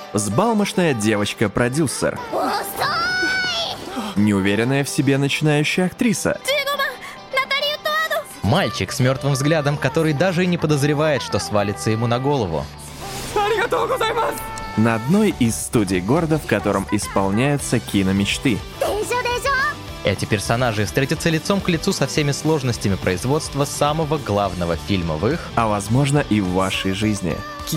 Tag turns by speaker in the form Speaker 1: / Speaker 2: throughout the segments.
Speaker 1: Взбалмошная девочка-продюсер. Неуверенная в себе начинающая актриса.
Speaker 2: Мальчик с мертвым взглядом, который даже и не подозревает, что свалится ему на голову.
Speaker 1: На одной из студий города, в котором исполняются киномечты.
Speaker 2: Эти персонажи встретятся лицом к лицу со всеми сложностями производства самого главного фильма в их,
Speaker 1: А возможно и в вашей жизни.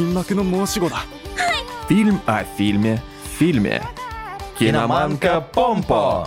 Speaker 1: Фильм о фильме в фильме. Киноманка Помпо.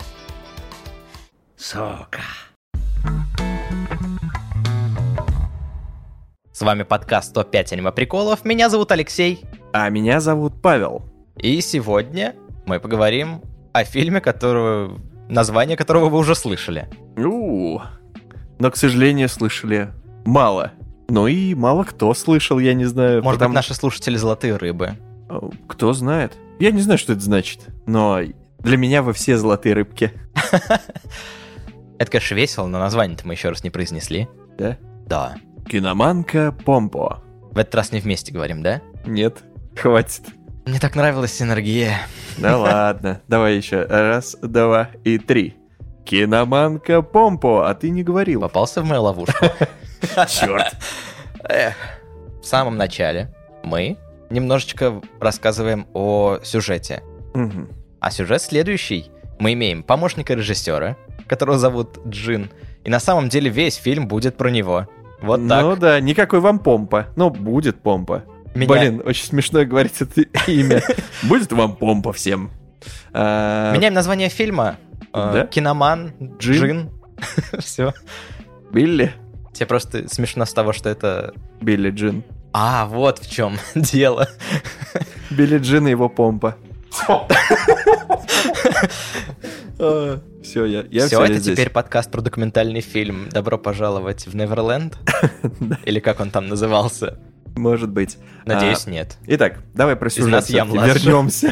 Speaker 2: С вами подкаст 105 аниме-приколов, меня зовут Алексей.
Speaker 1: А меня зовут Павел.
Speaker 2: И сегодня мы поговорим о фильме, название которого вы уже слышали.
Speaker 1: Но, к сожалению, слышали мало. Ну и мало кто слышал, я не знаю.
Speaker 2: Может быть, наши слушатели золотые рыбы.
Speaker 1: Кто знает. Я не знаю, что это значит, но для меня вы все золотые рыбки.
Speaker 2: Это, конечно, весело, но название-то мы еще раз не произнесли.
Speaker 1: Да?
Speaker 2: Да.
Speaker 1: Киноманка Помпо.
Speaker 2: В этот раз не вместе говорим, да?
Speaker 1: Нет, хватит.
Speaker 2: Мне так нравилась синергия.
Speaker 1: Да ладно, давай еще. Раз, два и три. Киноманка Помпо, а ты не говорил.
Speaker 2: Попался в мою ловушку.
Speaker 1: Черт.
Speaker 2: В самом начале мы немножечко рассказываем о сюжете.
Speaker 1: Мгм.
Speaker 2: А сюжет следующий. Мы имеем помощника режиссера, которого зовут Джин. И на самом деле весь фильм будет про него. Вот так.
Speaker 1: Ну да, никакой вам помпа. Но будет помпа. Блин, очень смешно говорить это имя. Будет вам помпа всем.
Speaker 2: Меняем название фильма.
Speaker 1: Да?
Speaker 2: Киноман, Джин. Все.
Speaker 1: Билли?
Speaker 2: Тебе просто смешно с того, что это...
Speaker 1: Билли Джин.
Speaker 2: А, вот в чем дело.
Speaker 1: Билли Джин и его помпа. Все, я
Speaker 2: Все, это
Speaker 1: здесь.
Speaker 2: теперь подкаст про документальный фильм «Добро пожаловать в Неверленд». Или как он там назывался?
Speaker 1: Может быть.
Speaker 2: Надеюсь, нет.
Speaker 1: Итак, давай про сюжет
Speaker 2: нас я младше.
Speaker 1: вернемся.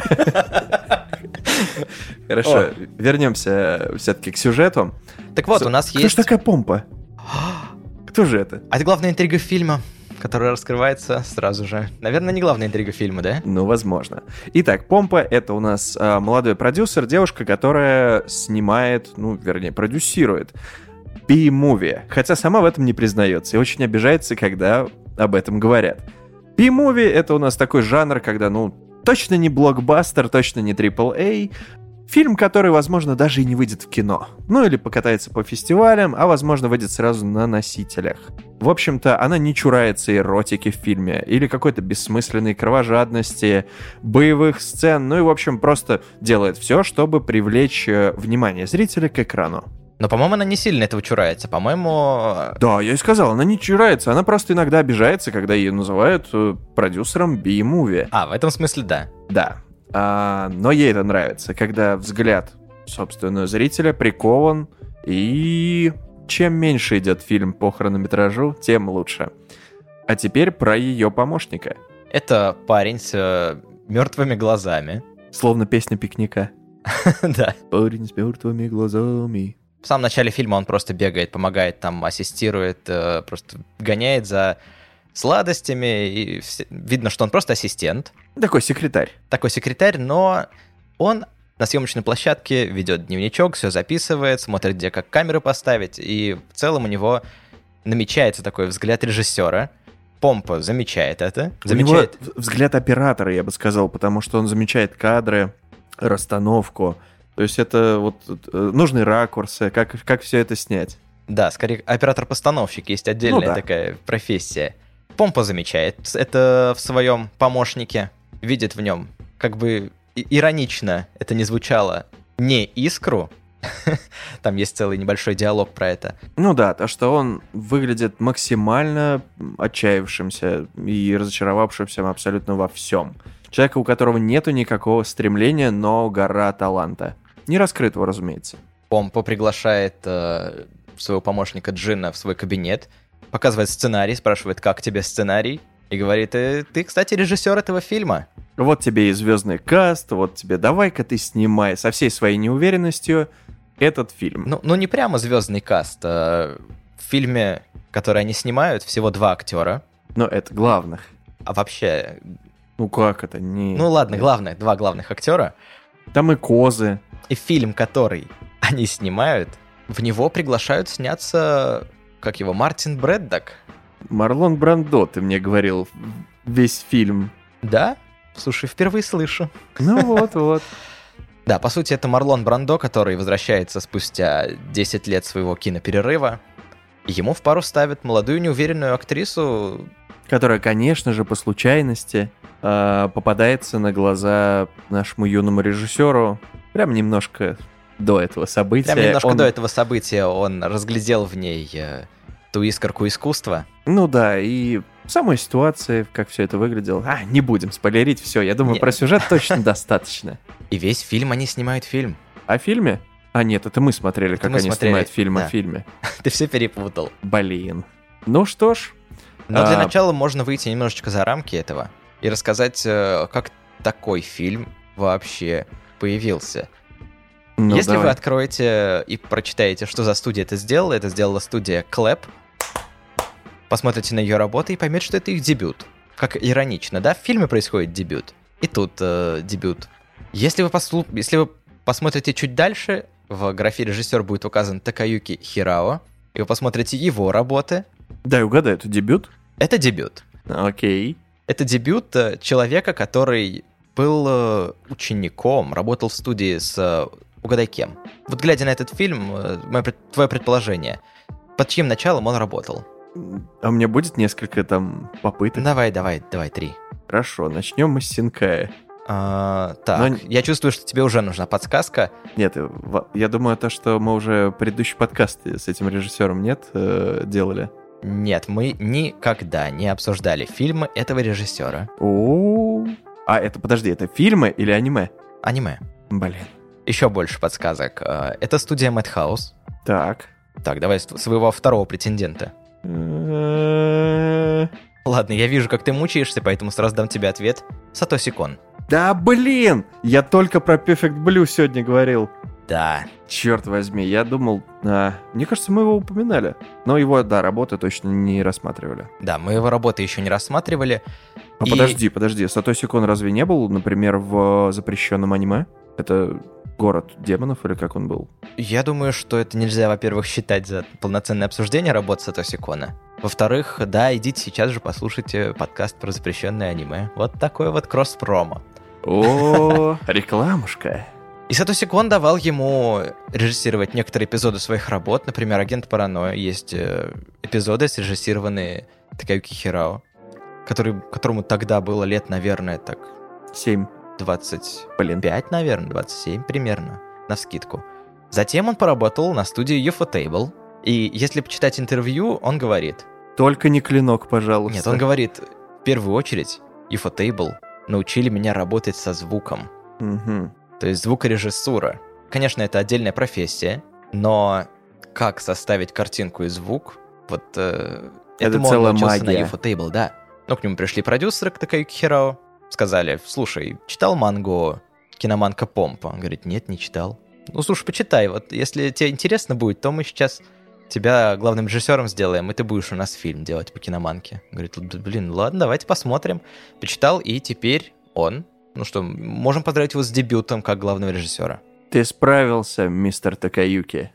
Speaker 1: Хорошо, вернемся все-таки к сюжету.
Speaker 2: Так вот, у нас
Speaker 1: Кто
Speaker 2: есть...
Speaker 1: же такая помпа? Кто же это?
Speaker 2: А это главная интрига фильма, которая раскрывается сразу же. Наверное, не главная интрига фильма, да?
Speaker 1: Ну, возможно. Итак, помпа — это у нас молодой продюсер, девушка, которая снимает, продюсирует B-movie, хотя сама в этом не признается и очень обижается, когда об этом говорят. B-movie — это у нас такой жанр, когда, точно не блокбастер, точно не AAA, фильм, который, возможно, даже и не выйдет в кино. Или покатается по фестивалям, а, возможно, выйдет сразу на носителях. В общем-то, она не чурается эротики в фильме или какой-то бессмысленной кровожадности, боевых сцен, в общем, просто делает все, чтобы привлечь внимание зрителя к экрану.
Speaker 2: Но, по-моему, она не сильно этого чурается. По-моему...
Speaker 1: Да, я и сказал, она не чурается, она просто иногда обижается, когда ее называют продюсером B-movie.
Speaker 2: А, в этом смысле да.
Speaker 1: Да. Но ей это нравится, когда взгляд, собственно, зрителя прикован, и чем меньше идет фильм по хронометражу, тем лучше. А теперь про ее помощника.
Speaker 2: Это парень с мертвыми глазами.
Speaker 1: Словно песня пикника.
Speaker 2: Да.
Speaker 1: Парень с мертвыми глазами.
Speaker 2: В самом начале фильма он просто бегает, помогает, там, ассистирует, просто гоняет за сладостями. И видно, что он просто ассистент.
Speaker 1: Такой секретарь.
Speaker 2: Но он на съемочной площадке ведет дневничок, все записывает, смотрит, где как камеры поставить. И в целом у него намечается такой взгляд режиссера. Помпа замечает это.
Speaker 1: У него взгляд оператора, я бы сказал, потому что он замечает кадры, расстановку. То есть это нужные ракурсы, как все это снять.
Speaker 2: Да, скорее оператор-постановщик, есть отдельная такая профессия. Помпа замечает это в своем помощнике, видит в нем, как бы иронично это не звучало, не искру. Там есть целый небольшой диалог про это.
Speaker 1: То, что он выглядит максимально отчаявшимся и разочаровавшимся абсолютно во всем. Человека, у которого нету никакого стремления, но гора таланта. Не раскрытого, разумеется.
Speaker 2: Помпа приглашает своего помощника Джина в свой кабинет, показывает сценарий, спрашивает, как тебе сценарий, и говорит, ты, кстати, режиссер этого фильма.
Speaker 1: Вот тебе и звездный каст, вот тебе давай-ка ты снимай со всей своей неуверенностью этот фильм.
Speaker 2: Ну не прямо звездный каст. В фильме, который они снимают, всего 2 актера.
Speaker 1: Но это главных.
Speaker 2: А вообще,
Speaker 1: Ну как это? Не...
Speaker 2: Ну ладно, два главных актера.
Speaker 1: Там и козы.
Speaker 2: И фильм, который они снимают, в него приглашают сняться, как его, Мартин Брэддок.
Speaker 1: Марлон Брандо, ты мне говорил, весь фильм.
Speaker 2: Да? Слушай, впервые слышу.
Speaker 1: Ну вот.
Speaker 2: Да, по сути, это Марлон Брандо, который возвращается спустя 10 лет своего киноперерыва. Ему в пару ставят молодую неуверенную актрису,
Speaker 1: которая, конечно же, по случайности попадается на глаза нашему юному режиссеру прям немножко до этого события.
Speaker 2: Прям немножко до этого события он разглядел в ней ту искорку искусства.
Speaker 1: Ну да, и в самой ситуации, как все это выглядело. Не будем спойлерить, все, я думаю, про сюжет точно достаточно.
Speaker 2: И весь фильм они снимают фильм.
Speaker 1: О фильме? Нет, это мы смотрели, как они снимают фильм о фильме.
Speaker 2: Ты все перепутал.
Speaker 1: Блин. Ну что ж.
Speaker 2: Но для начала можно выйти немножечко за рамки этого и рассказать, как такой фильм вообще появился.
Speaker 1: Ну,
Speaker 2: если
Speaker 1: давай.
Speaker 2: вы откроете и прочитаете, что за студия это сделала студия Clap, посмотрите на ее работы и поймете, что это их дебют. Как иронично, да? В фильме происходит дебют. И тут дебют. Если вы посмотрите чуть дальше, в графе режиссер будет указан Такаюки Хирао, и вы посмотрите его работы.
Speaker 1: Дай угадаю, это дебют?
Speaker 2: Это дебют.
Speaker 1: Окей.
Speaker 2: Это дебют человека, который был учеником, работал в студии с... Угадай кем. Вот глядя на этот фильм, твое предположение, под чьим началом он работал?
Speaker 1: А у меня будет несколько там попыток?
Speaker 2: Давай, 3.
Speaker 1: Хорошо, начнем мы с Синкая.
Speaker 2: Так, я чувствую, что тебе уже нужна подсказка.
Speaker 1: Нет, я думаю, то, что мы уже предыдущий подкаст с этим режиссером, делали.
Speaker 2: Нет, мы никогда не обсуждали фильмы этого режиссера.
Speaker 1: Это фильмы или аниме?
Speaker 2: Аниме.
Speaker 1: Блин.
Speaker 2: Еще больше подсказок. Это студия Madhouse.
Speaker 1: Так,
Speaker 2: давай своего второго претендента. Ладно, я вижу, как ты мучаешься, поэтому сразу дам тебе ответ. Сатоси Кон.
Speaker 1: Да блин! Я только про Perfect Blue сегодня говорил.
Speaker 2: Да.
Speaker 1: Черт возьми, я думал... мне кажется, мы его упоминали. Но его, работы точно не рассматривали.
Speaker 2: Да, мы его работы еще не рассматривали.
Speaker 1: Подожди, Сатоси Кон разве не был, например, в запрещенном аниме? Это город демонов или как он был?
Speaker 2: Я думаю, что это нельзя, во-первых, считать за полноценное обсуждение работ Сатоси Кона. Во-вторых, да, идите сейчас же послушайте подкаст про запрещенное аниме. Вот такой вот кросс-промо.
Speaker 1: О, рекламушка.
Speaker 2: И Сатоси Кон давал ему режиссировать некоторые эпизоды своих работ. Например, «Агент Паранойя». Есть эпизоды, срежиссированные Такаюки Хирао, которому тогда было лет, наверное,
Speaker 1: 7.
Speaker 2: 25, наверное, 27 примерно, навскидку. Затем он поработал на студии Ufotable. И если почитать интервью, он говорит...
Speaker 1: Только не клинок, пожалуйста.
Speaker 2: Нет, он говорит, в первую очередь, Ufotable научили меня работать со звуком.
Speaker 1: Угу.
Speaker 2: То есть звукорежиссура. Конечно, это отдельная профессия, но как составить картинку и звук, это
Speaker 1: целая магия.
Speaker 2: На Ufotable, да. Но к нему пришли продюсеры, к Такаюки Хирао, сказали, слушай, читал мангу «Киноманка Помпа»? Он говорит, нет, не читал. Ну, слушай, почитай, вот если тебе интересно будет, то мы сейчас тебя главным режиссером сделаем, и ты будешь у нас фильм делать по киноманке. Он говорит, блин, ладно, давайте посмотрим. Почитал, и теперь он... Ну что, можем поздравить его с дебютом как главного режиссера.
Speaker 1: Ты справился, мистер Такаюки.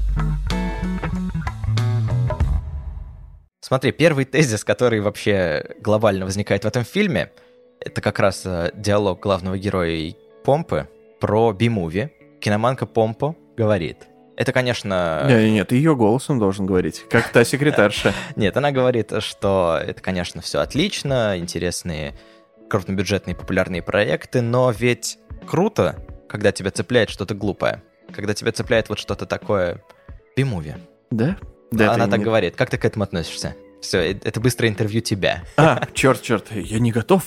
Speaker 2: Смотри, первый тезис, который вообще глобально возникает в этом фильме, это как раз диалог главного героя и Помпы про би-муви. Киноманка Помпо говорит. Это, конечно...
Speaker 1: Нет, ты ее голосом должен говорить, как та секретарша.
Speaker 2: Нет, она говорит, что это, конечно, все отлично, интересные крупнобюджетные популярные проекты, но ведь круто, когда тебя цепляет что-то глупое. Когда тебя цепляет вот что-то такое би-муви.
Speaker 1: Да?
Speaker 2: Она так говорит. Как ты к этому относишься? Все, это быстрое интервью тебя.
Speaker 1: Черт, я не готов.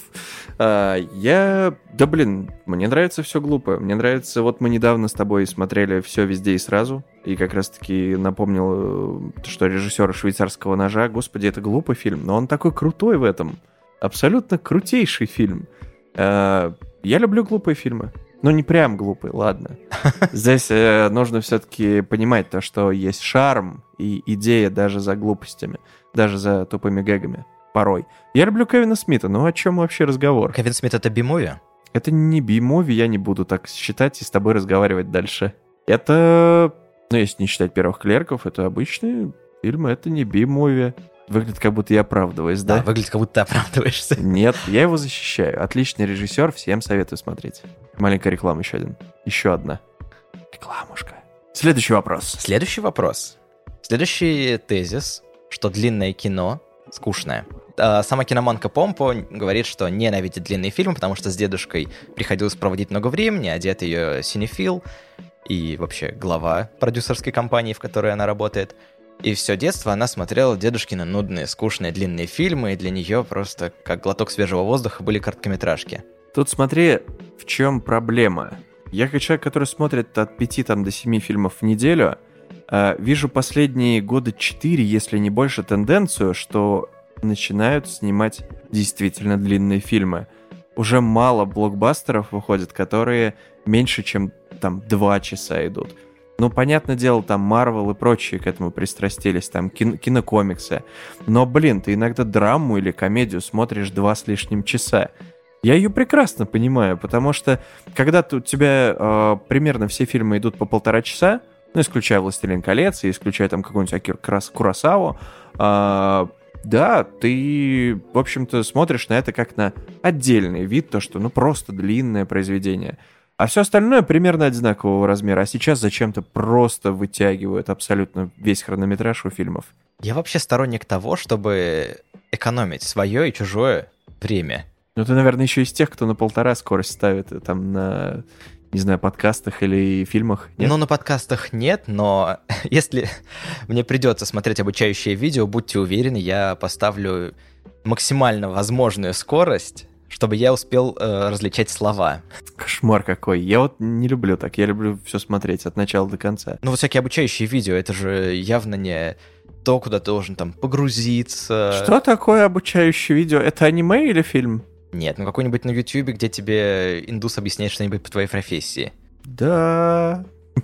Speaker 1: Мне нравится все глупое. Мне нравится, вот мы недавно с тобой смотрели «Все везде и сразу», и как раз-таки напомнил, что режиссер «Швейцарского ножа», господи, это глупый фильм, но он такой крутой в этом. Абсолютно крутейший фильм. Я люблю глупые фильмы. Ну, не прям глупый, ладно. Здесь нужно все-таки понимать то, что есть шарм и идея даже за глупостями, даже за тупыми гэгами. порой. Я люблю Кевина Смита, но о чем вообще разговор?
Speaker 2: Кевин Смит — это би-муви?
Speaker 1: Это не би-муви, я не буду так считать и с тобой разговаривать дальше. Это, ну, если не считать «Первых клерков», это обычные фильмы, это не би-муви. Выглядит, как будто я оправдываюсь, да?
Speaker 2: Да, выглядит, как будто ты оправдываешься.
Speaker 1: Нет, я его защищаю. Отличный режиссер, всем советую смотреть. Маленькая реклама еще одна. Рекламушка. Следующий вопрос.
Speaker 2: Следующий тезис, что длинное кино скучное. Сама киноманка Помпо говорит, что ненавидит длинные фильмы, потому что с дедушкой приходилось проводить много времени, а дед ее синефил и вообще глава продюсерской компании, в которой она работает. И все детство она смотрела дедушкины нудные, скучные, длинные фильмы, и для нее просто как глоток свежего воздуха были короткометражки.
Speaker 1: Тут смотри, в чем проблема. Я как человек, который смотрит от 5 до 7 фильмов в неделю, вижу последние года 4, если не больше, тенденцию, что начинают снимать действительно длинные фильмы. Уже мало блокбастеров выходит, которые меньше, чем там 2 часа идут. Ну, понятное дело, там Marvel и прочие к этому пристрастились, там кинокомиксы. Но, блин, ты иногда драму или комедию смотришь 2 с лишним часа. Я ее прекрасно понимаю, потому что когда у тебя примерно все фильмы идут по 1,5 часа, ну, исключая «Властелин колец» и исключая там какой-нибудь Акиру Куросаву, да, ты, в общем-то, смотришь на это как на отдельный вид, то, что, ну, просто длинное произведение. А все остальное примерно одинакового размера. А сейчас зачем-то просто вытягивают абсолютно весь хронометраж у фильмов.
Speaker 2: Я вообще сторонник того, чтобы экономить свое и чужое время.
Speaker 1: Ну, ты, наверное, еще из тех, кто на 1,5 скорость ставит, там, на, не знаю, подкастах или фильмах, нет?
Speaker 2: Ну, на подкастах нет, но если мне придется смотреть обучающее видео, будьте уверены, я поставлю максимально возможную скорость, чтобы я успел различать слова.
Speaker 1: Кошмар какой. Я вот не люблю так. Я люблю все смотреть от начала до конца.
Speaker 2: Ну, вот всякие обучающие видео, это же явно не то, куда ты должен там погрузиться.
Speaker 1: Что такое обучающее видео? Это аниме или фильм?
Speaker 2: Нет, ну какой-нибудь на Ютьюбе, где тебе индус объясняет что-нибудь по твоей профессии.
Speaker 1: Да.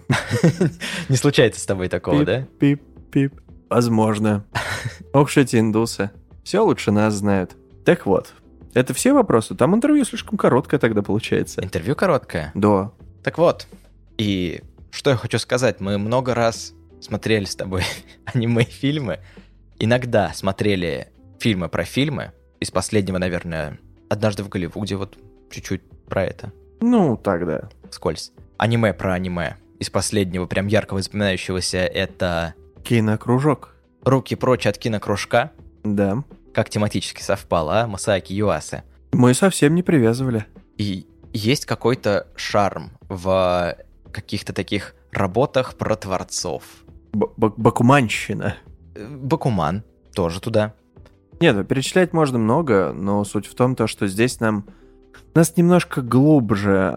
Speaker 2: Не случается с тобой такого, да?
Speaker 1: Пип-пип. Возможно. Ох уж эти индусы. Все лучше нас знают. Так вот. Это все вопросы? Там интервью слишком короткое тогда получается.
Speaker 2: Интервью короткое?
Speaker 1: Да.
Speaker 2: Так вот, и что я хочу сказать, мы много раз смотрели с тобой аниме-фильмы, иногда смотрели фильмы про фильмы, из последнего, наверное, «Однажды в Голливуде», вот чуть-чуть про это.
Speaker 1: Ну, тогда.
Speaker 2: Вскользь. Аниме про аниме. Из последнего, прям яркого запоминающегося, это...
Speaker 1: Кинокружок.
Speaker 2: «Руки прочь от кинокружка».
Speaker 1: Да.
Speaker 2: Как тематически совпало, а? Масааки Юасе.
Speaker 1: Мы совсем не привязывали.
Speaker 2: И есть какой-то шарм в каких-то таких работах про творцов.
Speaker 1: Бакуманщина.
Speaker 2: Бакуман тоже туда.
Speaker 1: Нет, перечислять можно много, но суть в том, что здесь нас немножко глубже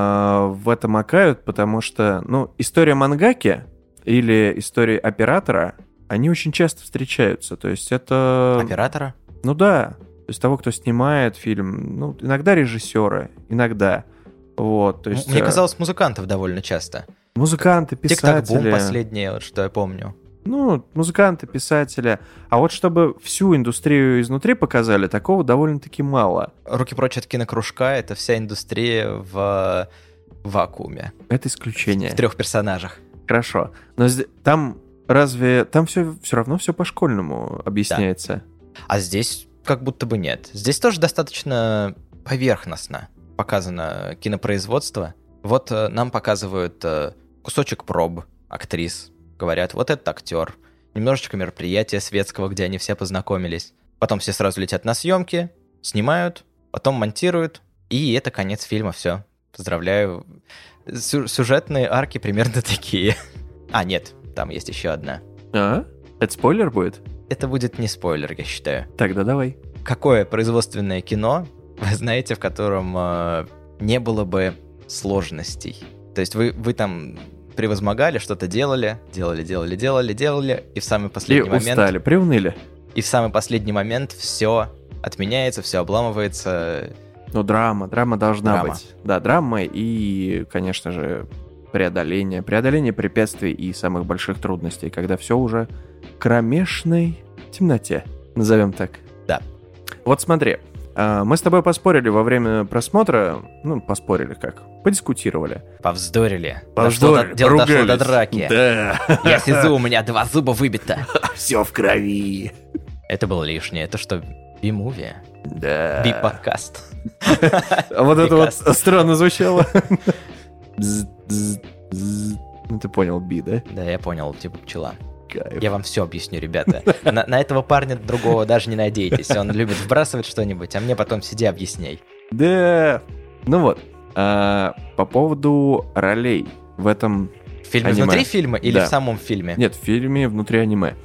Speaker 1: в это макают, потому что, ну, история мангаки или история оператора, они очень часто встречаются, то есть это...
Speaker 2: Оператора?
Speaker 1: Ну да, то есть того, кто снимает фильм, ну, иногда режиссеры, иногда, вот, то есть...
Speaker 2: Мне казалось, музыкантов довольно часто.
Speaker 1: Музыканты, писатели...
Speaker 2: Тик-так-бум последнее, вот что я помню.
Speaker 1: Ну, музыканты, писатели. А вот чтобы всю индустрию изнутри показали, такого довольно-таки мало.
Speaker 2: «Руки прочь от кинокружка» — это вся индустрия в вакууме.
Speaker 1: Это исключение.
Speaker 2: В 3 персонажах.
Speaker 1: Хорошо. Но там разве... Там все равно все по-школьному объясняется.
Speaker 2: Да. А здесь как будто бы нет. Здесь тоже достаточно поверхностно показано кинопроизводство. Вот нам показывают кусочек проб актрис. Говорят, вот этот актер. Немножечко мероприятия светского, где они все познакомились. Потом все сразу летят на съемки, снимают, потом монтируют. И это конец фильма, все. Поздравляю. Сюжетные арки примерно такие. А, нет, там есть еще одна.
Speaker 1: А? Это спойлер будет?
Speaker 2: Это будет не спойлер, я считаю.
Speaker 1: Тогда давай.
Speaker 2: Какое производственное кино, вы знаете, в котором не было бы сложностей? То есть вы там... превозмогали, что-то делали, и в самый последний момент...
Speaker 1: И устали, приуныли.
Speaker 2: И в самый последний момент все отменяется, все обламывается.
Speaker 1: Ну, драма должна быть. Да, драма и, конечно же, преодоление препятствий и самых больших трудностей, когда все уже в кромешной темноте, назовем так.
Speaker 2: Да.
Speaker 1: Вот смотри, мы с тобой поспорили во время просмотра, поспорили как? Подискутировали.
Speaker 2: Повздорили.
Speaker 1: Повздорили,
Speaker 2: Дело дошло до драки.
Speaker 1: Да.
Speaker 2: Я сижу, у меня 2 зуба выбито.
Speaker 1: Все в крови.
Speaker 2: Это было лишнее. Это что, B-movie?
Speaker 1: Да.
Speaker 2: B-подкаст.
Speaker 1: Вот это вот странно звучало. Ну, ты понял, Би, да?
Speaker 2: Да, я понял, типа пчела.
Speaker 1: Кайф.
Speaker 2: Я вам все объясню, ребята. На этого парня другого даже не надейтесь. Он любит вбрасывать что-нибудь, а мне потом сиди объясняй.
Speaker 1: Да. Ну вот, по поводу ролей в этом
Speaker 2: В фильме
Speaker 1: аниме.
Speaker 2: внутри фильма или
Speaker 1: Да.
Speaker 2: в самом фильме?
Speaker 1: Нет, в фильме внутри аниме.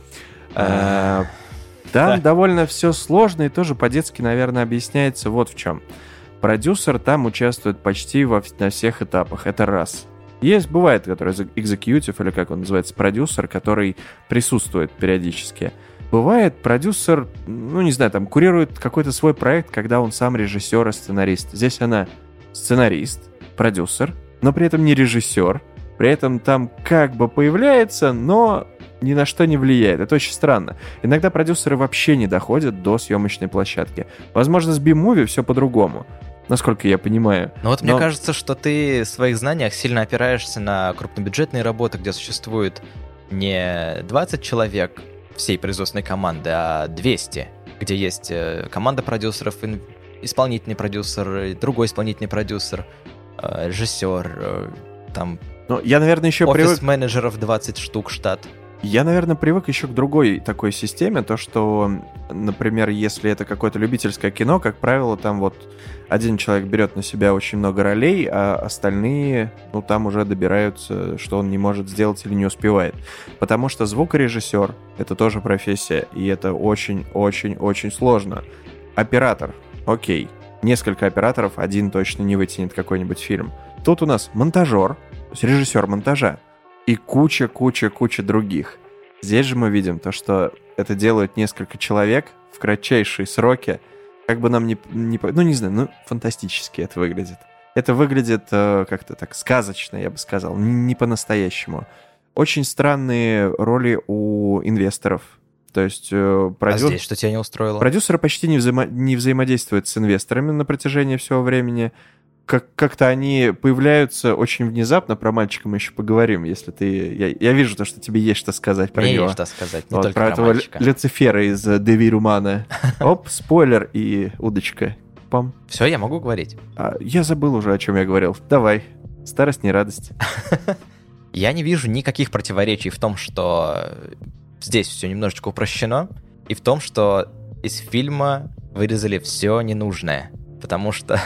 Speaker 1: Там
Speaker 2: Да.
Speaker 1: довольно все сложно и тоже по-детски, наверное, объясняется вот в чем. Продюсер там участвует почти на всех этапах. Это раз. Есть, бывает, который executive, или как он называется, продюсер, который присутствует периодически. Бывает, продюсер, не знаю, там, курирует какой-то свой проект, когда он сам режиссер и сценарист. Здесь она сценарист, продюсер, но при этом не режиссер. При этом там как бы появляется, но ни на что не влияет. Это очень странно. Иногда продюсеры вообще не доходят до съемочной площадки. Возможно, с B-Movie все по-другому, насколько я понимаю.
Speaker 2: Ну вот мне кажется, что ты в своих знаниях сильно опираешься на крупнобюджетные работы, где существует не 20 человек всей производственной команды, а 200, где есть команда продюсеров, исполнительный продюсер, другой исполнительный продюсер, режиссер, там
Speaker 1: я, наверное, еще
Speaker 2: офис-менеджеров 20 штук штат.
Speaker 1: Я, наверное, привык еще к другой такой системе, то, что, например, если это какое-то любительское кино, как правило, там вот один человек берет на себя очень много ролей, а остальные, там уже добираются, что он не может сделать или не успевает. Потому что звукорежиссер — это тоже профессия, и это очень-очень-очень сложно. Оператор — окей. Несколько операторов, один точно не вытянет какой-нибудь фильм. Тут у нас монтажер, то есть режиссер монтажа, и куча других. Здесь же мы видим то, что это делают несколько человек в кратчайшие сроки. Как бы нам не знаю, фантастически это выглядит. Это выглядит как-то так сказочно, я бы сказал, не по-настоящему. Очень странные роли у инвесторов. То есть
Speaker 2: А здесь что тебя не устроило?
Speaker 1: Продюсеры почти не взаимодействуют с инвесторами на протяжении всего времени. Как-то они появляются очень внезапно. Про мальчика мы еще поговорим, если ты... Я вижу то, что тебе есть что сказать про него.
Speaker 2: Мне есть что сказать, не только
Speaker 1: про этого
Speaker 2: мальчика.
Speaker 1: Люцифера из Деви Румана. Оп, спойлер и удочка. Пам.
Speaker 2: Все, я могу говорить?
Speaker 1: Я забыл уже, о чем я говорил. Давай. Старость не радость.
Speaker 2: Я не вижу никаких противоречий в том, что здесь все немножечко упрощено, и в том, что из фильма вырезали все ненужное. Потому что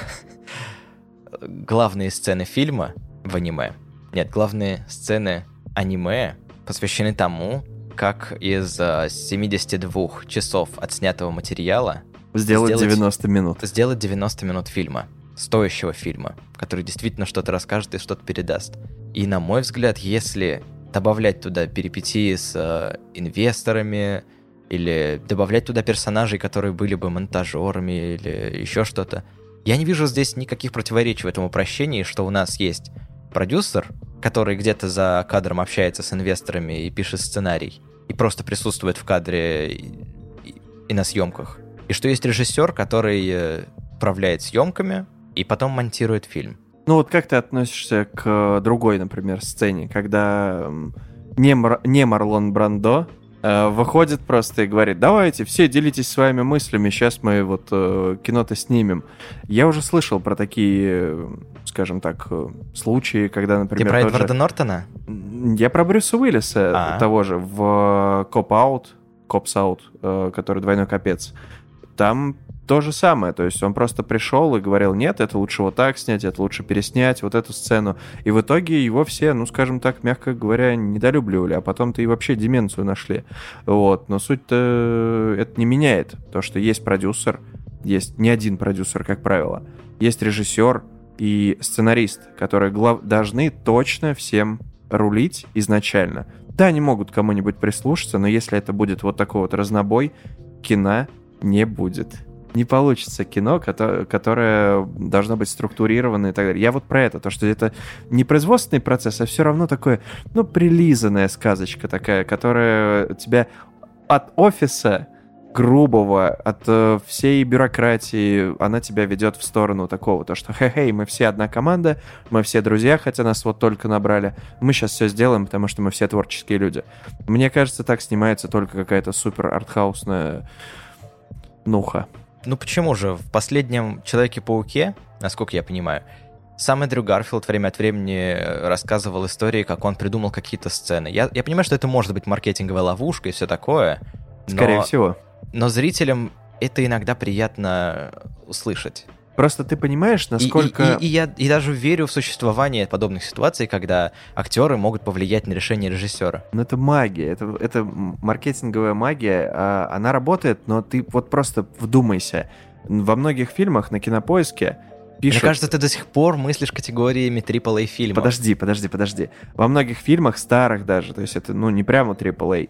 Speaker 2: главные сцены фильма в аниме, главные сцены аниме посвящены тому, как из 72 часов отснятого материала
Speaker 1: сделать 90 минут.
Speaker 2: Сделать 90 минут фильма, стоящего фильма, который действительно что-то расскажет и что-то передаст. И, на мой взгляд, если добавлять туда перипетии с инвесторами, или добавлять туда персонажей, которые были бы монтажерами, или еще что-то, я не вижу здесь никаких противоречий в этом упрощении, что у нас есть продюсер, который где-то за кадром общается с инвесторами и пишет сценарий, и просто присутствует в кадре и на съемках. И что есть режиссер, который управляет съемками и потом монтирует фильм.
Speaker 1: Вот как ты относишься к другой, например, сцене, когда не Марлон Брандо выходит просто и говорит: давайте, все делитесь своими мыслями, сейчас мы вот кино-то снимем. Я уже слышал про такие, скажем так, случаи, когда, например...
Speaker 2: Ты про Эдварда Нортона?
Speaker 1: Я про Брюса Уиллиса, того же, в Cops Out, который «Двойной капец». Там то же самое, то есть он просто пришел и говорил: нет, это лучше вот так снять, это лучше переснять, вот эту сцену. И в итоге его все, скажем так, мягко говоря, недолюбливали, а потом-то и вообще деменцию нашли. Вот. Но суть-то это не меняет. То, что есть продюсер, есть не один продюсер, как правило, есть режиссер и сценарист, которые должны точно всем рулить изначально. Да, они могут кому-нибудь прислушаться, но если это будет вот такой вот разнобой, кино не будет. Не получится кино, которое должно быть структурировано и так далее. Я вот про это, то, что это не производственный процесс, а все равно такое, прилизанная сказочка такая, которая тебя от офиса грубого, от всей бюрократии, она тебя ведет в сторону такого, то что хе-хей, мы все одна команда, мы все друзья, хотя нас вот только набрали, мы сейчас все сделаем, потому что мы все творческие люди. Мне кажется, так снимается только какая-то супер артхаусная нуха.
Speaker 2: Ну почему же? В последнем Человеке-пауке, насколько я понимаю, сам Эндрю Гарфилд время от времени рассказывал истории, как он придумал какие-то сцены. Я понимаю, что это может быть маркетинговая ловушка и все такое.
Speaker 1: Скорее всего.
Speaker 2: Но зрителям это иногда приятно услышать.
Speaker 1: Просто ты понимаешь, насколько...
Speaker 2: И я даже верю в существование подобных ситуаций, когда актеры могут повлиять на решение режиссера.
Speaker 1: Ну, это магия, это маркетинговая магия, она работает, но ты вот просто вдумайся. Во многих фильмах на Кинопоиске пишут...
Speaker 2: Мне кажется, ты до сих пор мыслишь категориями AAA фильмов.
Speaker 1: Подожди. Во многих фильмах, старых даже, то есть это, не прямо AAA,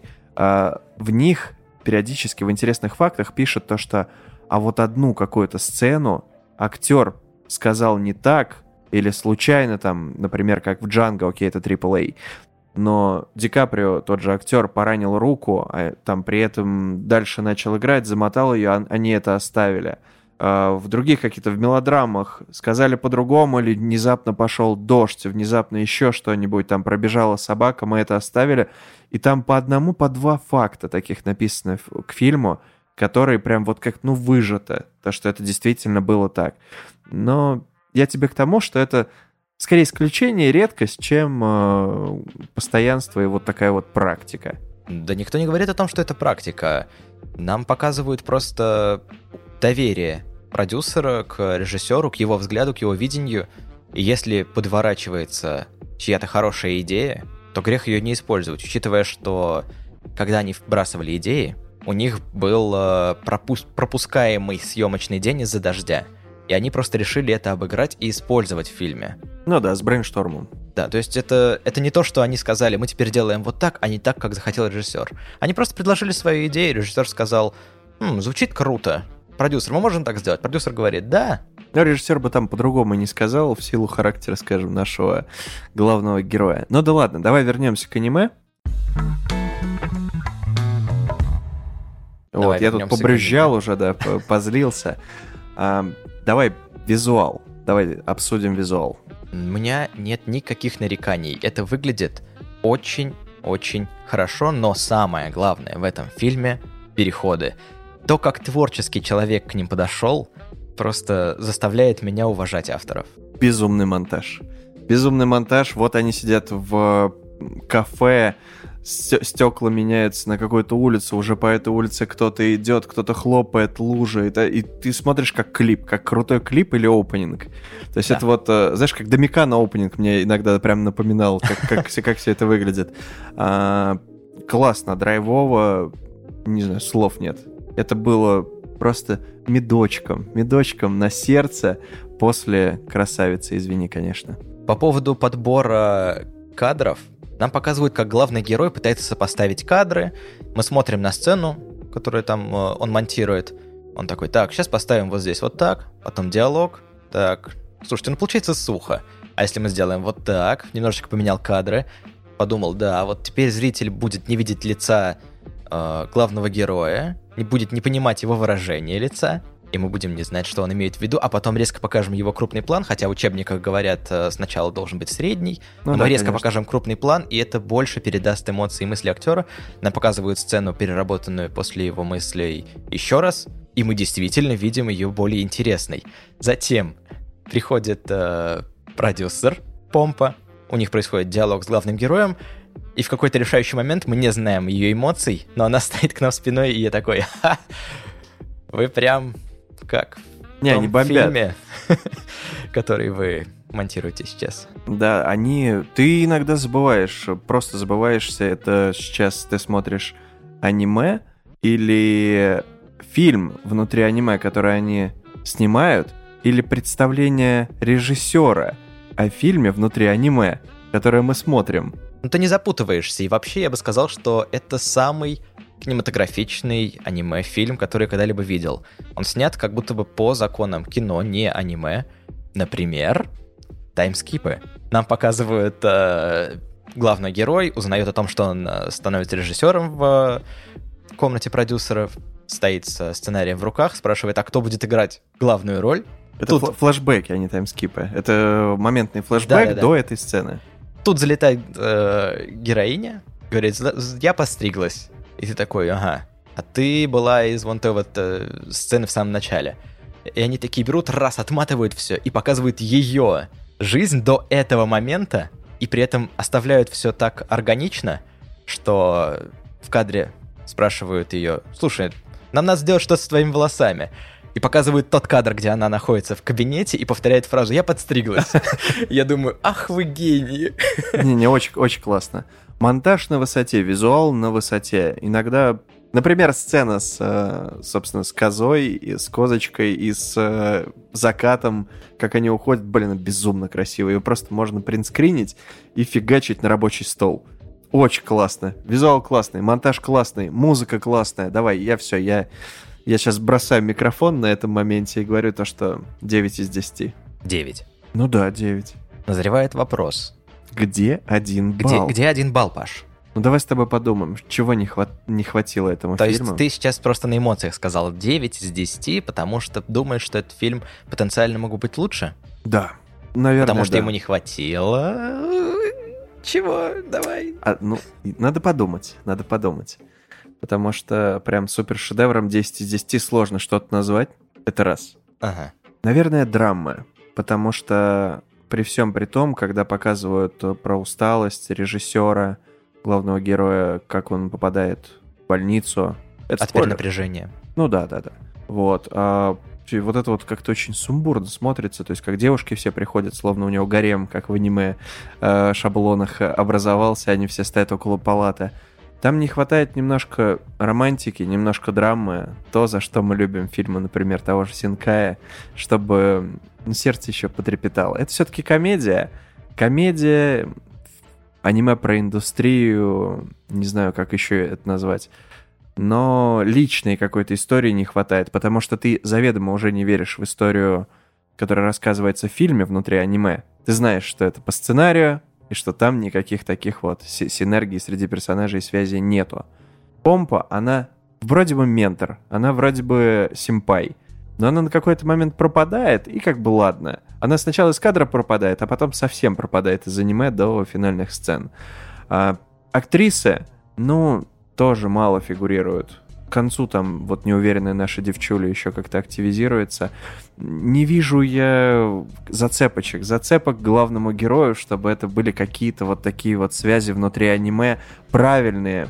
Speaker 1: в них периодически в интересных фактах пишут то, что вот одну какую-то сцену актер сказал не так, или случайно там, например, как в Джанго, окей, это AAA, но Ди Каприо, тот же актер, поранил руку, а там при этом дальше начал играть, замотал ее, они это оставили. В других каких-то, в мелодрамах сказали по-другому, или внезапно пошел дождь, внезапно еще что-нибудь, там пробежала собака, мы это оставили. И там по одному, по два факта таких написано к фильму, которые прям вот как, выжато, то, что это действительно было так. Но я тебе к тому, что это скорее исключение и редкость, чем постоянство и вот такая вот практика.
Speaker 2: Да никто не говорит о том, что это практика. Нам показывают просто доверие продюсера к режиссеру, к его взгляду, к его видению. И если подворачивается чья-то хорошая идея, то грех ее не использовать, учитывая, что когда они вбрасывали идеи, у них был пропускаемый съемочный день из-за дождя. И они просто решили это обыграть и использовать в фильме.
Speaker 1: Ну да, с брейнштормом.
Speaker 2: Да, то есть это не то, что они сказали, мы теперь делаем вот так, а не так, как захотел режиссер. Они просто предложили свою идею, режиссер сказал, звучит круто. Продюсер, мы можем так сделать? Продюсер говорит, да.
Speaker 1: Но режиссер бы там по-другому не сказал, в силу характера, скажем, нашего главного героя. Ну да ладно, давай вернемся к аниме. Вот, я тут побрюзжал уже, да, позлился. Давай визуал, давай обсудим визуал.
Speaker 2: У меня нет никаких нареканий. Это выглядит очень-очень хорошо, но самое главное в этом фильме — переходы. То, как творческий человек к ним подошел, просто заставляет меня уважать авторов.
Speaker 1: Безумный монтаж. Безумный монтаж. Вот они сидят в кафе, стекла меняются на какую-то улицу, уже по этой улице кто-то идет, кто-то хлопает, лужи, и ты смотришь как клип, как крутой клип или опенинг. То есть да. Это вот, знаешь, как Домика на опенинг мне иногда прям напоминал, как все это выглядит. Классно, драйвово, не знаю, слов нет. Это было просто медочком на сердце после «Красавицы», извини, конечно.
Speaker 2: По поводу подбора кадров, нам показывают, как главный герой пытается сопоставить кадры. Мы смотрим на сцену, которую там он монтирует. Он такой, так, сейчас поставим вот здесь вот так, потом диалог. Так, слушайте, получается сухо. А если мы сделаем вот так, немножечко поменял кадры, подумал, да, вот теперь зритель будет не видеть лица главного героя, не будет не понимать его выражение лица, и мы будем не знать, что он имеет в виду, а потом резко покажем его крупный план, хотя в учебниках говорят, сначала должен быть средний, но мы резко покажем крупный план, и это больше передаст эмоции и мысли актера. Нам показывают сцену, переработанную после его мыслей еще раз, и мы действительно видим ее более интересной. Затем приходит продюсер Помпа, у них происходит диалог с главным героем, и в какой-то решающий момент мы не знаем ее эмоций, но она стоит к нам спиной, и я такой, ха, вы прям как в том фильме, который вы монтируете сейчас.
Speaker 1: Да, ты иногда забываешь, просто забываешься, это сейчас ты смотришь аниме или фильм внутри аниме, который они снимают, или представление режиссера о фильме внутри аниме, которое мы смотрим.
Speaker 2: Ну, ты не запутываешься, и вообще я бы сказал, что это самый кинематографичный аниме-фильм, который я когда-либо видел. Он снят как будто бы по законам кино, не аниме. Например, таймскипы. Нам показывают главный герой, узнает о том, что он становится режиссером в комнате продюсеров, стоит со сценарием в руках, спрашивает, а кто будет играть главную роль.
Speaker 1: Это флешбеки, а не таймскипы. Это моментный флешбэк до этой сцены.
Speaker 2: Тут залетает героиня, говорит, я постриглась. И ты такой, ага. А ты была из вон той вот сцены в самом начале. И они такие берут, раз, отматывают все и показывают ее жизнь до этого момента, и при этом оставляют все так органично, что в кадре спрашивают ее, слушай, нам надо сделать что-то с твоими волосами. И показывают тот кадр, где она находится в кабинете и повторяет фразу «Я подстриглась». Я думаю, ах вы гении.
Speaker 1: Не, очень классно. Монтаж на высоте, визуал на высоте. Иногда, например, сцена собственно, с козой, и с козочкой и с закатом, как они уходят, безумно красиво. Ее просто можно принтскринить и фигачить на рабочий стол. Очень классно. Визуал классный, монтаж классный, музыка классная. Давай, я сейчас бросаю микрофон на этом моменте и говорю то, что 9 из 10.
Speaker 2: 9.
Speaker 1: Ну да, 9.
Speaker 2: Назревает вопрос.
Speaker 1: Где 1 балл?
Speaker 2: Где 1 балл, Паш?
Speaker 1: Ну давай с тобой подумаем, чего не хватило этому фильму.
Speaker 2: То есть ты сейчас просто на эмоциях сказал 9 из 10, потому что думаешь, что этот фильм потенциально мог быть лучше?
Speaker 1: Да, наверное,
Speaker 2: потому что ему не хватило... Чего? Давай.
Speaker 1: Надо подумать. Потому что прям супер шедевром 10 из 10 сложно что-то назвать. Это раз.
Speaker 2: Ага.
Speaker 1: Наверное, драма. Потому что при всем при том, когда показывают про усталость режиссера, главного героя, как он попадает в больницу. Это
Speaker 2: от
Speaker 1: спойлер.
Speaker 2: перенапряжения.
Speaker 1: Ну да. Вот. Вот это вот как-то очень сумбурно смотрится, то есть как девушки все приходят, словно у него гарем, как в аниме шаблонах образовался, они все стоят около палаты. Там не хватает немножко романтики, немножко драмы, то, за что мы любим фильмы, например, того же Синкая, чтобы сердце еще потрепетало. Это все-таки комедия, аниме про индустрию, не знаю, как еще это назвать, но личной какой-то истории не хватает, потому что ты заведомо уже не веришь в историю, которая рассказывается в фильме внутри аниме. Ты знаешь, что это по сценарию, и что там никаких таких вот синергий среди персонажей и связей нету. Помпа, она вроде бы ментор, она вроде бы симпай, но она на какой-то момент пропадает, и как бы ладно. Она сначала из кадра пропадает, а потом совсем пропадает из аниме до финальных сцен. Актрисы, тоже мало фигурируют. К концу там вот неуверенная наша девчуля еще как-то активизируется. Не вижу я зацепок к главному герою, чтобы это были какие-то вот такие вот связи внутри аниме, правильные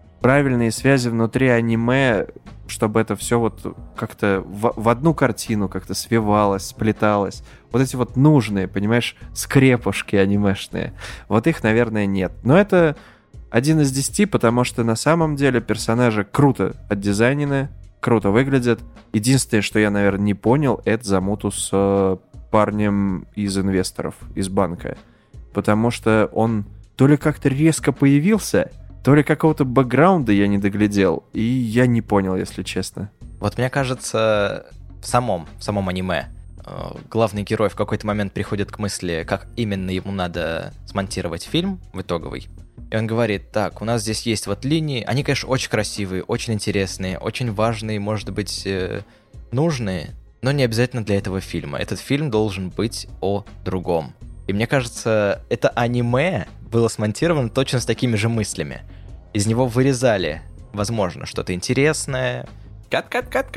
Speaker 1: связи внутри аниме, чтобы это все вот как-то в одну картину как-то свивалось, сплеталось. Вот эти вот нужные, понимаешь, скрепушки анимешные. Вот их, наверное, нет. Но это 1 из 10, потому что на самом деле персонажи круто отдизайнены, круто выглядят. Единственное, что я, наверное, не понял, это замуту с парнем из инвесторов, из банка. Потому что он то ли как-то резко появился, то ли какого-то бэкграунда я не доглядел, и я не понял, если честно.
Speaker 2: Вот мне кажется, в самом аниме главный герой в какой-то момент приходит к мысли, как именно ему надо смонтировать фильм в итоговый. И он говорит, так, у нас здесь есть вот линии, они, конечно, очень красивые, очень интересные, очень важные, может быть, нужные, но не обязательно для этого фильма. Этот фильм должен быть о другом. И мне кажется, это аниме было смонтировано точно с такими же мыслями. Из него вырезали, возможно, что-то интересное. Кат.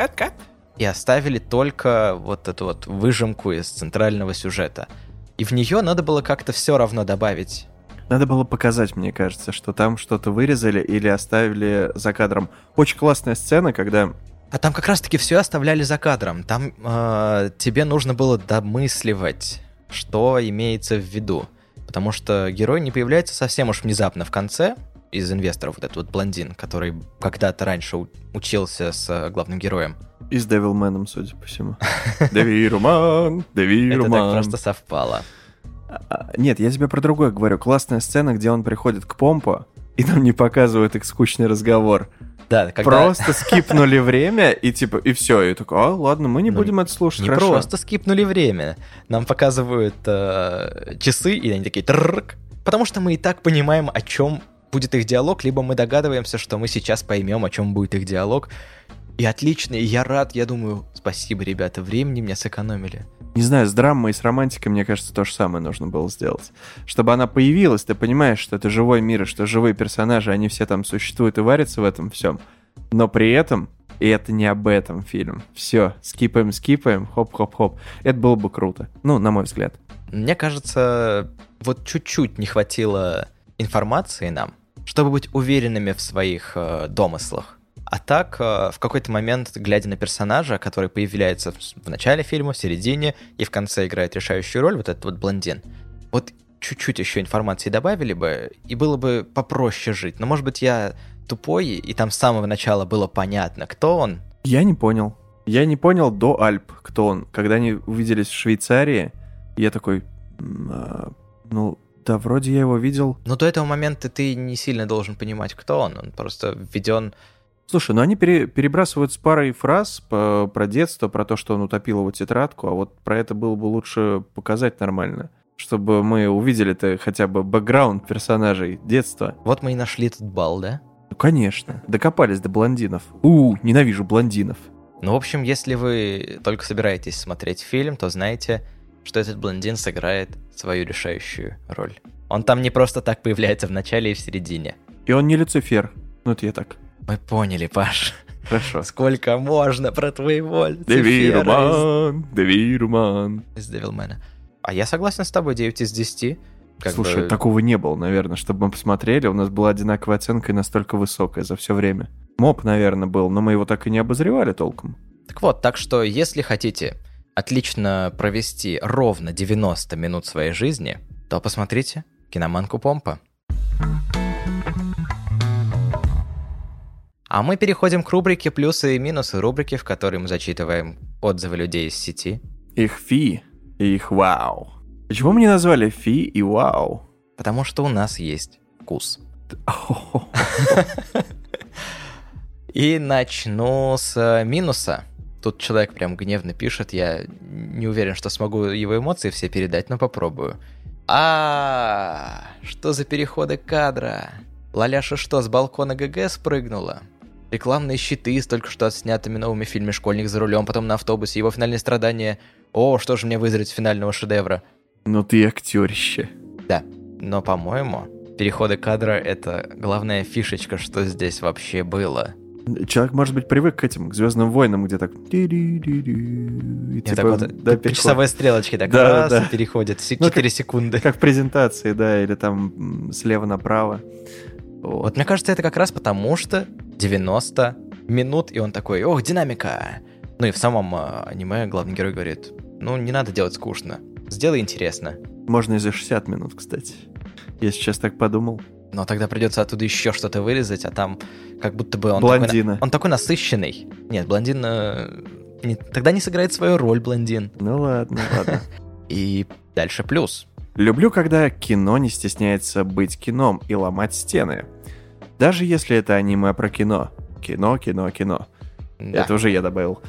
Speaker 2: И оставили только вот эту вот выжимку из центрального сюжета. И в нее надо было как-то все равно добавить.
Speaker 1: Надо было показать, мне кажется, что там что-то вырезали или оставили за кадром. Очень классная сцена, когда...
Speaker 2: А там как раз-таки все оставляли за кадром. Там тебе нужно было домысливать, что имеется в виду. Потому что герой не появляется совсем уж внезапно в конце. Из инвесторов вот этот вот блондин, который когда-то раньше учился с главным героем.
Speaker 1: И с Девилменом, судя по всему. Девилман.
Speaker 2: Это так просто совпало.
Speaker 1: Нет, я тебе про другое говорю. Классная сцена, где он приходит к Помпо, и нам не показывают их скучный разговор.
Speaker 2: Да, когда...
Speaker 1: Просто скипнули время, и типа, и все. И такой, ладно, мы не будем это слушать,
Speaker 2: не
Speaker 1: хорошо.
Speaker 2: Просто скипнули время. Нам показывают часы, и они такие... Тррррк, потому что мы и так понимаем, о чем будет их диалог, либо мы догадываемся, что мы сейчас поймем, о чем будет их диалог. И отлично, и я рад, я думаю, спасибо, ребята, времени меня сэкономили.
Speaker 1: Не знаю, с драмой и с романтикой, мне кажется, то же самое нужно было сделать. Чтобы она появилась, ты понимаешь, что это живой мир, и что живые персонажи, они все там существуют и варятся в этом всем. Но при этом, и это не об этом фильм. Все, скипаем, хоп-хоп-хоп. Это было бы круто. Ну, на мой взгляд.
Speaker 2: Мне кажется, вот чуть-чуть не хватило информации нам, чтобы быть уверенными в своих домыслах. А так, в какой-то момент, глядя на персонажа, который появляется в начале фильма, в середине и в конце играет решающую роль, вот этот вот блондин, вот чуть-чуть еще информации добавили бы, и было бы попроще жить. Но, может быть, я тупой, и там с самого начала было понятно, кто он.
Speaker 1: Я не понял. Я не понял до Альп, кто он. Когда они увиделись в Швейцарии, я такой, ну, да, вроде я его видел.
Speaker 2: Но до этого момента ты не сильно должен понимать, кто он. Он просто введен...
Speaker 1: Слушай, ну они перебрасывают с парой фраз про детство, про то, что он утопил его тетрадку, а вот про это было бы лучше показать нормально, чтобы мы увидели-то хотя бы бэкграунд персонажей детства.
Speaker 2: Вот мы и нашли этот бал, да?
Speaker 1: Ну, конечно. Докопались до блондинов. Ненавижу блондинов.
Speaker 2: Ну, в общем, если вы только собираетесь смотреть фильм, то знаете, что этот блондин сыграет свою решающую роль. Он там не просто так появляется в начале и в середине.
Speaker 1: И он не Люцифер. Ну, это я так.
Speaker 2: Мы поняли, Паш.
Speaker 1: Хорошо.
Speaker 2: Сколько можно про твоего
Speaker 1: Люцифера Девилман.
Speaker 2: Из Девилмена. А я согласен с тобой, 9 из 10.
Speaker 1: Слушай, такого не было, наверное, чтобы мы посмотрели. У нас была одинаковая оценка и настолько высокая за все время. Моб, наверное, был, но мы его так и не обозревали толком.
Speaker 2: Так вот, так что, если хотите отлично провести ровно 90 минут своей жизни, то посмотрите «Киноманку Помпа». А мы переходим к рубрике «Плюсы и минусы», рубрики, в которой мы зачитываем отзывы людей из сети.
Speaker 1: Их фи и их вау. Почему мы не назвали фи и вау?
Speaker 2: Потому что у нас есть вкус. И начну с минуса. Тут человек прям гневно пишет, я не уверен, что смогу его эмоции все передать, но попробую. Что за переходы кадра? Лаляша что, с балкона ГГ спрыгнула? Рекламные щиты с только что отснятыми новыми в фильме «Школьник за рулем», потом на автобусе, его финальные страдания. Что же мне вызвать финального шедевра?
Speaker 1: Ну ты актерище.
Speaker 2: Да, но, по-моему, переходы кадра — это главная фишечка, что здесь вообще было.
Speaker 1: Человек, может быть, привык к этим, к «Звездным войнам», где так... И
Speaker 2: типа, так вот, часовые стрелочки так раз и переходят, 4 секунды.
Speaker 1: Как в презентации, да, или там слева направо.
Speaker 2: Вот мне кажется, это как раз потому, что 90 минут, и он такой, динамика. Ну и в самом аниме главный герой говорит, не надо делать скучно, сделай интересно.
Speaker 1: Можно и за 60 минут, кстати. Я сейчас так подумал.
Speaker 2: Но тогда придется оттуда еще что-то вырезать, а там как будто бы он
Speaker 1: блондина.
Speaker 2: Он такой насыщенный. Нет, блондин тогда не сыграет свою роль, блондин.
Speaker 1: Ну ладно.
Speaker 2: И дальше плюс.
Speaker 1: Люблю, когда кино не стесняется быть кином и ломать стены. Даже если это аниме про кино. Кино. Да. Это уже я добавил.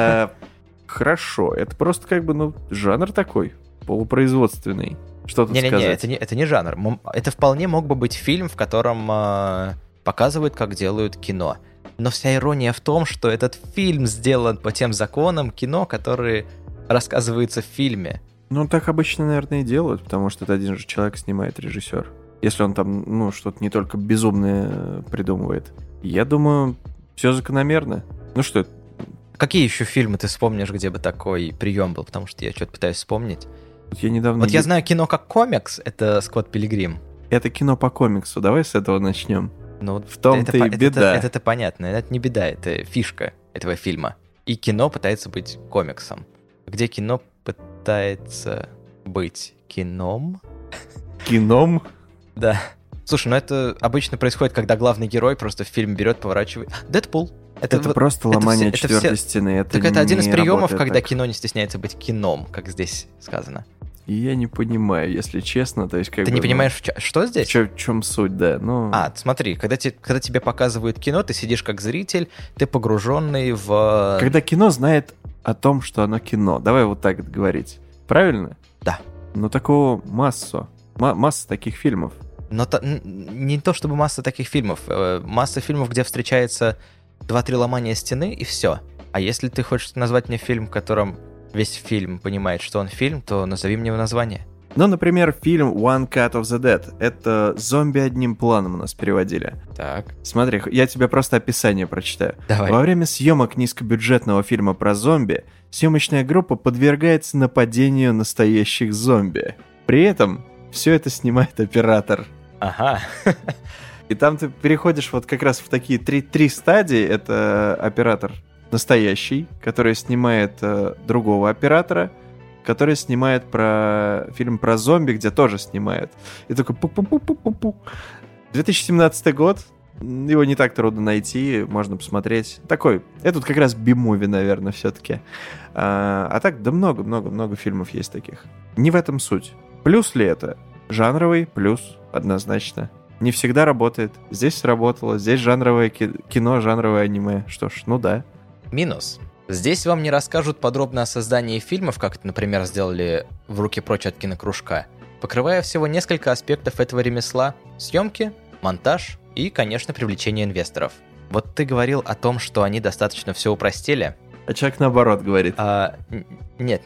Speaker 1: Хорошо, это просто как бы, жанр такой, полупроизводственный. Что тут сказать?
Speaker 2: Это не жанр. Это вполне мог бы быть фильм, в котором показывают, как делают кино. Но вся ирония в том, что этот фильм сделан по тем законам кино, которые рассказываются в фильме.
Speaker 1: Так обычно, наверное, и делают, потому что это один же человек снимает, режиссер. Если он там, что-то не только безумное придумывает. Я думаю, все закономерно. Что это?
Speaker 2: Какие еще фильмы ты вспомнишь, где бы такой прием был? Потому что я что-то пытаюсь вспомнить.
Speaker 1: Я недавно...
Speaker 2: я знаю кино как комикс, это «Скотт Пилигрим».
Speaker 1: Это кино по комиксу, давай с этого начнем.
Speaker 2: В
Speaker 1: том-то и беда.
Speaker 2: Это понятно, это не беда, это фишка этого фильма. И кино пытается быть комиксом. Где кино пытается быть кином?
Speaker 1: Кином?
Speaker 2: Да. Слушай, это обычно происходит, когда главный герой просто в фильм берет, поворачивает... Дэдпул.
Speaker 1: Это просто ломание четвертой стены.
Speaker 2: Так это один из приемов, когда кино не стесняется быть кином, как здесь сказано.
Speaker 1: Я не понимаю, если честно, то есть как
Speaker 2: Ты не понимаешь, что здесь?
Speaker 1: В чем суть, да.
Speaker 2: Смотри, когда тебе показывают кино, ты сидишь как зритель, ты погруженный в...
Speaker 1: Когда кино знает о том, что оно кино. Давай вот так говорить. Правильно?
Speaker 2: Да.
Speaker 1: Такого масса таких фильмов.
Speaker 2: Но не то чтобы масса таких фильмов. Масса фильмов, где встречается 2-3 ломания стены и все. А если ты хочешь назвать мне фильм, в котором весь фильм понимает, что он фильм, то назови мне его название.
Speaker 1: Ну, например, фильм One Cut of the Dead. Это «Зомби одним планом» у нас переводили.
Speaker 2: Так.
Speaker 1: Смотри, я тебе просто описание прочитаю.
Speaker 2: Давай.
Speaker 1: Во время съемок низкобюджетного фильма про зомби съемочная группа подвергается нападению настоящих зомби. При этом все это снимает оператор.
Speaker 2: Ага.
Speaker 1: И там ты переходишь вот как раз в такие три стадии. Это оператор настоящий, который снимает другого оператора, который снимает фильм про зомби, где тоже снимает. И такой пу-пу-пу-пу-пу-пу. 2017 год. Его не так трудно найти, можно посмотреть. Такой, это как раз би-муви, наверное, все-таки. А так, да много фильмов есть таких. Не в этом суть. Плюс ли это? Жанровый плюс, однозначно. Не всегда работает. Здесь сработало, здесь жанровое кино, жанровое аниме. Что ж, ну да.
Speaker 2: Минус. Здесь вам не расскажут подробно о создании фильмов, как это, например, сделали в «Руки прочь от кинокружка», покрывая всего несколько аспектов этого ремесла: съемки, монтаж и, конечно, привлечение инвесторов. Вот ты говорил о том, что они достаточно все упростили.
Speaker 1: А человек наоборот говорит.
Speaker 2: Нет.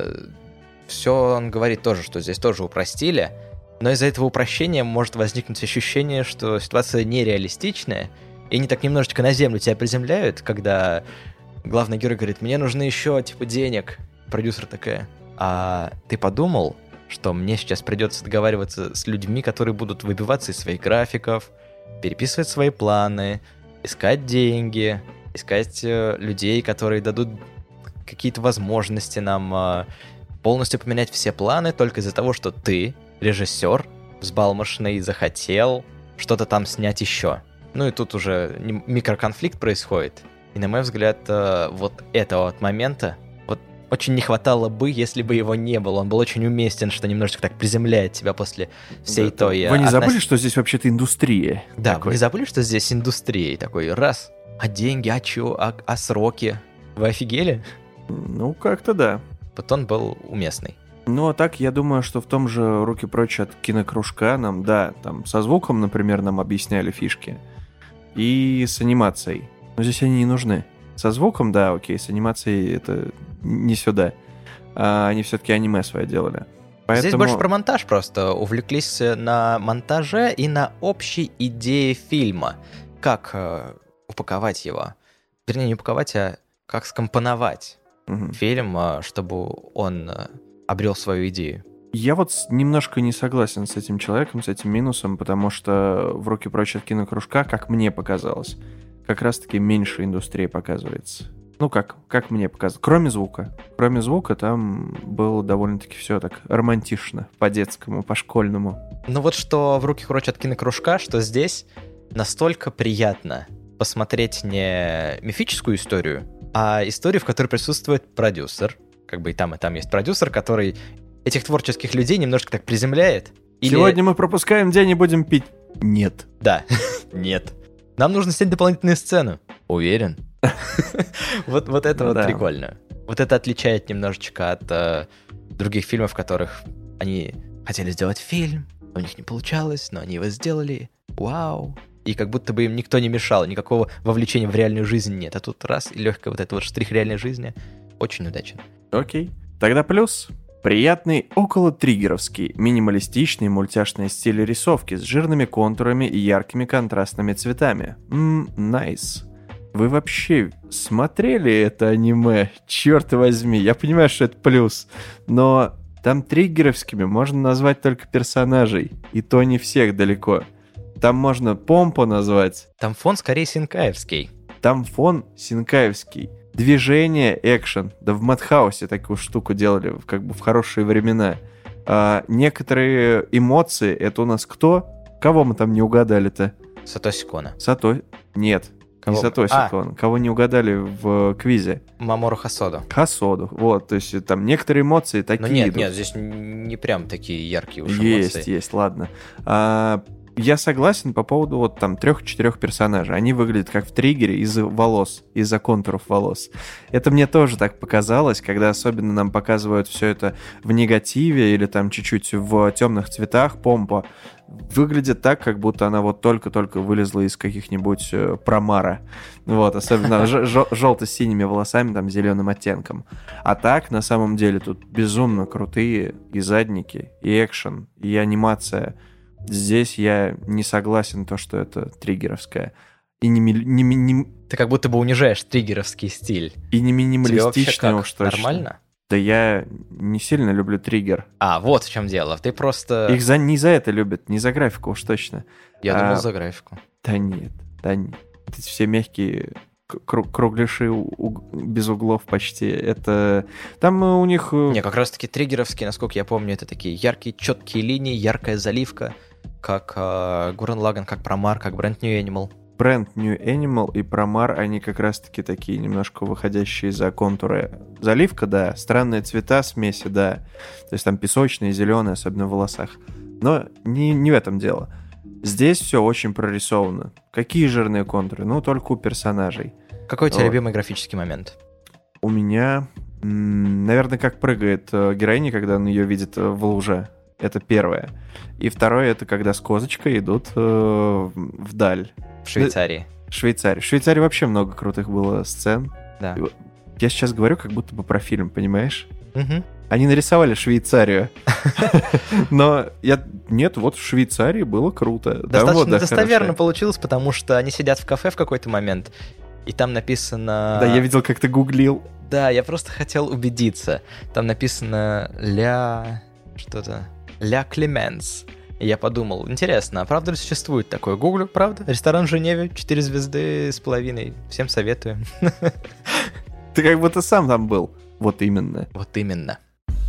Speaker 2: Все он говорит тоже, что здесь тоже упростили, но из-за этого упрощения может возникнуть ощущение, что ситуация нереалистичная, и они так немножечко на землю тебя приземляют, когда главный герой говорит: мне нужно еще, денег. Продюсер такая: а ты подумал, что мне сейчас придется договариваться с людьми, которые будут выбиваться из своих графиков, переписывать свои планы, искать деньги, искать людей, которые дадут какие-то возможности нам, полностью поменять все планы только из-за того, что ты, режиссер, взбалмошный, захотел что-то там снять еще. Ну и тут уже микроконфликт происходит. И, на мой взгляд, вот этого вот момента вот очень не хватало бы, если бы его не было. Он был очень уместен, что немножечко так приземляет тебя после всей той...
Speaker 1: Вы не забыли, что здесь вообще-то индустрия?
Speaker 2: Да,
Speaker 1: такой?
Speaker 2: Вы не забыли, что здесь индустрия? И такой раз, а деньги, а чё, а сроки? Вы офигели?
Speaker 1: Ну, как-то да.
Speaker 2: Вот он был уместный.
Speaker 1: Ну, а так, я думаю, что в том же «Руки прочь от кинокружка» нам, да, там со звуком, например, нам объясняли фишки. И с анимацией. Но здесь они не нужны. Со звуком, да, окей, с анимацией это не сюда. Они все-таки аниме свое делали. Поэтому...
Speaker 2: Здесь больше про монтаж просто. Увлеклись на монтаже и на общей идее фильма. Как упаковать его. Вернее, не упаковать, а как скомпоновать фильм, чтобы он обрел свою идею.
Speaker 1: Я вот немножко не согласен с этим человеком, с этим минусом, потому что в «Руки прочь от кинокружка», как мне показалось, как раз-таки меньше индустрии показывается. Ну, как мне показалось. Кроме звука. Кроме звука там было довольно-таки все так романтично, по-детскому, по-школьному.
Speaker 2: Ну вот что в «Руки прочь от кинокружка», что здесь настолько приятно посмотреть не мифическую историю, а историю, в которой присутствует продюсер. Как бы и там есть продюсер, который этих творческих людей немножко так приземляет.
Speaker 1: Сегодня мы пропускаем день и будем пить. Нет.
Speaker 2: Да, нет. Нам нужно снять дополнительную сцену. Уверен. Вот это вот прикольно. Вот это отличает немножечко от других фильмов, в которых они хотели сделать фильм, у них не получалось, но они его сделали. Вау. И как будто бы им никто не мешал, никакого вовлечения в реальную жизнь нет. А тут раз, и легкий вот этот вот штрих реальной жизни очень удачен.
Speaker 1: Окей. Тогда плюс. Приятный, около-триггеровский, минималистичный мультяшный стиль рисовки с жирными контурами и яркими контрастными цветами. Найс. Вы вообще смотрели это аниме? Черт возьми, я понимаю, что это плюс, но там триггеровскими можно назвать только персонажей, и то не всех далеко. Там можно Помпо назвать.
Speaker 2: Там фон скорее синкаевский.
Speaker 1: Там фон синкаевский. Движение, экшен. Да в Мадхаусе такую штуку делали, как бы в хорошие времена. А некоторые эмоции, это у нас кто? Кого мы там не угадали-то?
Speaker 2: Сатоси Коно.
Speaker 1: Нет,
Speaker 2: кого?
Speaker 1: Не Сатоси Коно. Кого не угадали в квизе?
Speaker 2: Мамору Хосоду.
Speaker 1: Хосоду, вот, то есть там некоторые эмоции такие
Speaker 2: идут.
Speaker 1: Нет,
Speaker 2: здесь не прям такие яркие уж эмоции.
Speaker 1: Есть, ладно. Я согласен по поводу вот там 3-4 персонажей. Они выглядят как в триггере из-за волос, из-за контуров волос. Это мне тоже так показалось, когда особенно нам показывают все это в негативе или там чуть-чуть в темных цветах. Помпа выглядит так, как будто она вот только-только вылезла из каких-нибудь промара. Вот, особенно желто-синими волосами, там, зеленым оттенком. А так, на самом деле, тут безумно крутые и задники, и экшен, и анимация. Здесь я не согласен то, что это триггеровская. И
Speaker 2: Ты как будто бы унижаешь триггеровский стиль.
Speaker 1: И не минималистичная уж точно.
Speaker 2: Нормально?
Speaker 1: Да я не сильно люблю триггер.
Speaker 2: Вот в чем дело. Ты просто...
Speaker 1: Их не за это любят, не за графику уж точно.
Speaker 2: Я думал, за графику.
Speaker 1: Да нет. Эти все мягкие кругляши без углов почти. Это... Там у них...
Speaker 2: Не, как раз-таки триггеровские, насколько я помню, это такие яркие, четкие линии, яркая заливка, как Гуррен Лаганн, как Промар, как Brand New Animal.
Speaker 1: Brand New Animal и Промар, они как раз-таки такие немножко выходящие за контуры. Заливка, да, странные цвета, смеси, да. То есть там песочные, зеленые, особенно в волосах. Но не в этом дело. Здесь все очень прорисовано. Какие жирные контуры? Ну, только у персонажей.
Speaker 2: Какой у тебя любимый графический момент?
Speaker 1: У меня, наверное, как прыгает героиня, когда он ее видит в луже. Это первое. И второе, это когда с козочкой идут вдаль.
Speaker 2: В Швейцарии.
Speaker 1: В Швейцарии вообще много крутых было сцен.
Speaker 2: Да.
Speaker 1: Я сейчас говорю как будто бы про фильм, понимаешь?
Speaker 2: Угу.
Speaker 1: Они нарисовали Швейцарию. Но нет, вот в Швейцарии было круто.
Speaker 2: Достаточно достоверно получилось, потому что они сидят в кафе в какой-то момент, и там написано...
Speaker 1: Да, я видел, как ты гуглил.
Speaker 2: Да, я просто хотел убедиться. Там написано что-то... Ля Клеменс. И я подумал, интересно, а правда ли существует такое? Гуглю, правда? Ресторан в Женеве, 4 звезды с половиной. Всем советую.
Speaker 1: Ты как будто сам там был. Вот именно.
Speaker 2: Вот именно.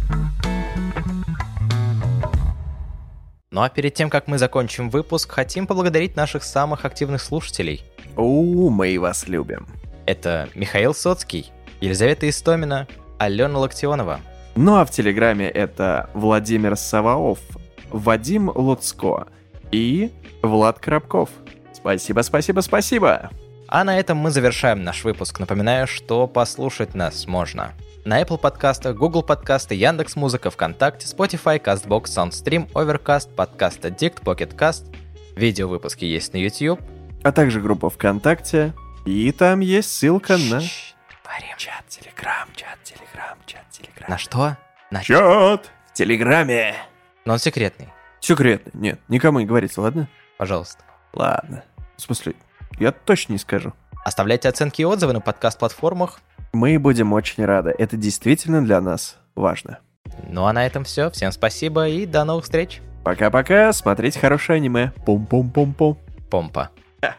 Speaker 2: Ну а перед тем, как мы закончим выпуск, хотим поблагодарить наших самых активных слушателей.
Speaker 1: Мы вас любим.
Speaker 2: Это Михаил Соцкий, Елизавета Истомина, Алена Локтионова.
Speaker 1: Ну а в Телеграме это Владимир Саваоф, Вадим Луцко и Влад Коробков. Спасибо.
Speaker 2: А на этом мы завершаем наш выпуск. Напоминаю, что послушать нас можно на Apple подкастах, Google подкасты, Яндекс.Музыка, ВКонтакте, Spotify, CastBox, SoundStream, Overcast, Podcast Addict, Pocket Cast. Видеовыпуски есть на YouTube.
Speaker 1: А также группа ВКонтакте. И там есть ссылка на...
Speaker 2: Чат
Speaker 1: Телеграм.
Speaker 2: На что? На
Speaker 1: чат в Телеграме.
Speaker 2: Но он секретный.
Speaker 1: Секретный. Нет, никому не говорите, ладно?
Speaker 2: Пожалуйста.
Speaker 1: Ладно. В смысле, я точно не скажу.
Speaker 2: Оставляйте оценки и отзывы на подкаст-платформах.
Speaker 1: Мы будем очень рады. Это действительно для нас важно.
Speaker 2: Ну а на этом все. Всем спасибо и до новых встреч.
Speaker 1: Пока-пока. Смотрите хорошее аниме. Пум-пум-пум-пум.
Speaker 2: Помпа.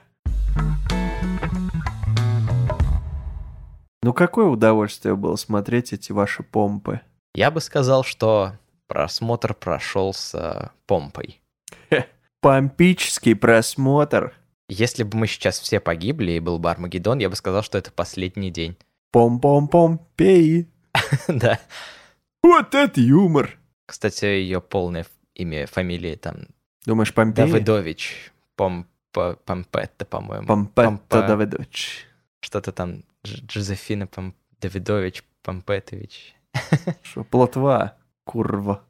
Speaker 1: Ну какое удовольствие было смотреть эти ваши помпы.
Speaker 2: Я бы сказал, что просмотр прошел с помпой.
Speaker 1: Помпический просмотр.
Speaker 2: Если бы мы сейчас все погибли и был бы Армагеддон, я бы сказал, что это последний день.
Speaker 1: Пом-пом-помпей.
Speaker 2: Да.
Speaker 1: Вот это юмор.
Speaker 2: Кстати, ее полное имя, фамилия там...
Speaker 1: Думаешь, Помпей?
Speaker 2: Давыдович. Помпетта, по-моему.
Speaker 1: Помпетта Давыдович.
Speaker 2: Что-то там Джозефина Давидович, Помпетович.
Speaker 1: Что, плотва, курва.